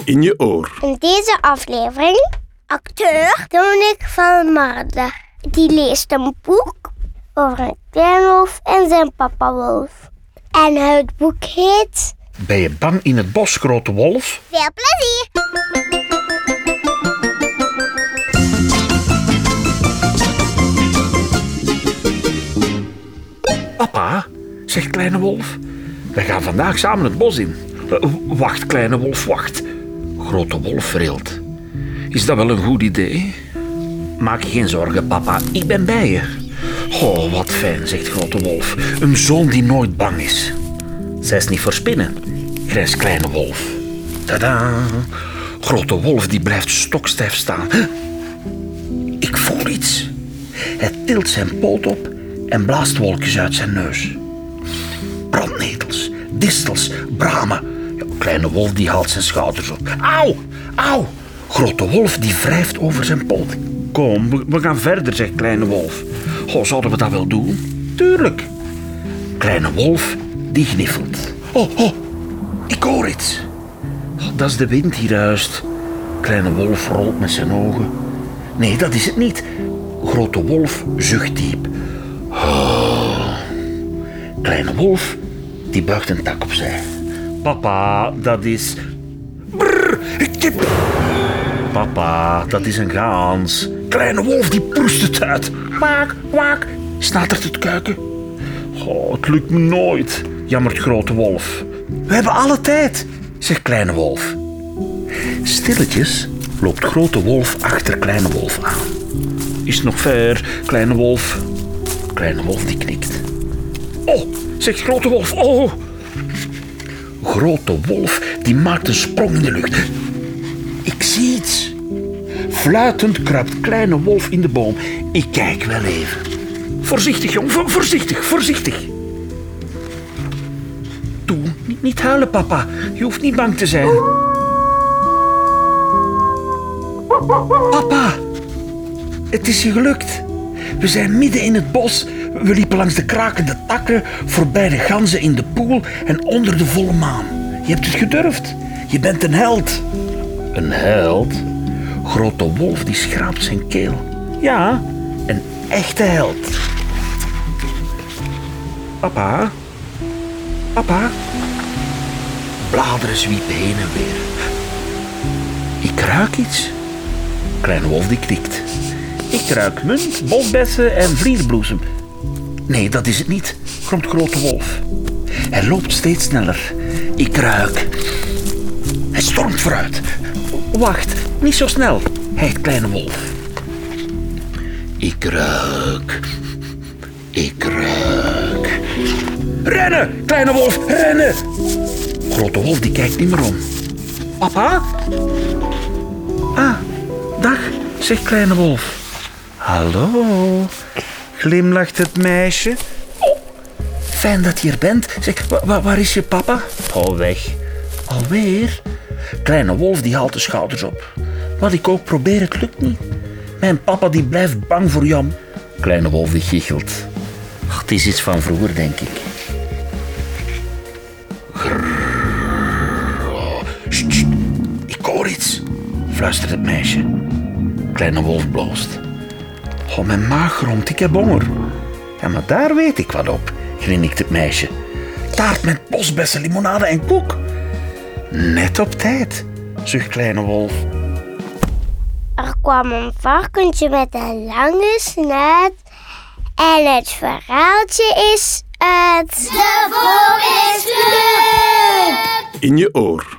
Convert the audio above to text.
In je oor. In deze aflevering acteur Dominic van Marde. Die leest een boek over een klein wolf en zijn papa wolf. En het boek heet... Ben je bang in het bos, grote wolf? Veel plezier! Papa, zegt kleine wolf. We gaan vandaag samen het bos in. Wacht, kleine wolf, wacht. Grote wolf rilt. Is dat wel een goed idee? Maak je geen zorgen, papa. Ik ben bij je. Oh, wat fijn, zegt grote wolf. Een zoon die nooit bang is. Zij is niet voor spinnen, grijst kleine wolf. Tadaa! Grote wolf die blijft stokstijf staan. Ik voel iets. Hij tilt zijn poot op en blaast wolkjes uit zijn neus. Brandnetels, distels, bramen. Ja, kleine wolf die haalt zijn schouders op. Auw, auw. Grote wolf die wrijft over zijn poot. Kom, we gaan verder, zegt kleine wolf. Oh, zouden we dat wel doen? Tuurlijk. Kleine wolf die gniffelt. Oh, ik hoor iets. Oh, dat is de wind die ruist. Kleine wolf rolt met zijn ogen. Nee, dat is het niet. Grote wolf zucht diep. Oh. Kleine wolf die buigt een tak opzij. Papa, dat is... Brrr, kip. Papa, dat is een gaans. Kleine wolf die proest het uit. Kwaak, kwaak, snatert het kuiken. Oh, het lukt me nooit, jammert grote wolf. We hebben alle tijd, zegt kleine wolf. Stilletjes loopt grote wolf achter kleine wolf aan. Is het nog ver, kleine wolf? Kleine wolf die knikt. Oh, zegt grote wolf, oh. Grote wolf die maakt een sprong in de lucht. Ik zie iets. Fluitend kruipt kleine wolf in de boom. Ik kijk wel even. Voorzichtig, jong, voorzichtig. Doe, niet huilen, papa. Je hoeft niet bang te zijn. Papa, het is je gelukt. We zijn midden in het bos. We liepen langs de krakende takken, voorbij de ganzen in de poel en onder de volle maan. Je hebt het gedurfd. Je bent een held. Een held? Grote wolf die schraapt zijn keel. Ja, een echte held. Papa? Papa? Bladeren zwiepen heen en weer. Ik ruik iets. Kleine wolf die knikt. Ik ruik munt, bosbessen en vlierbloesem. Nee, dat is het niet, gromt grote wolf. Hij loopt steeds sneller. Ik ruik. Hij stormt vooruit. Wacht, niet zo snel, hijgt kleine wolf. Ik ruik. Rennen, kleine wolf, rennen! Grote wolf die kijkt niet meer om. Papa? Ah, dag, zegt kleine wolf. Hallo, glimlacht het meisje. Oh, fijn dat je er bent. Zeg, waar is je papa? Oh, weg. Alweer? Kleine wolf die haalt de schouders op. Wat ik ook probeer, het lukt niet. Mijn papa die blijft bang voor jou. Kleine wolf die giechelt. Ach, het is iets van vroeger, denk ik. Sst, ik hoor iets, fluistert het meisje. Kleine wolf bloost. Oh, mijn maag gromt, ik heb honger. Ja, maar daar weet ik wat op, grinnikt het meisje. Taart met bosbessen, limonade en koek. Net op tijd, zucht kleine wolf. Er kwam een varkentje met een lange snuit. En het verhaaltje is uit... De Vogelweesclub! In je oor.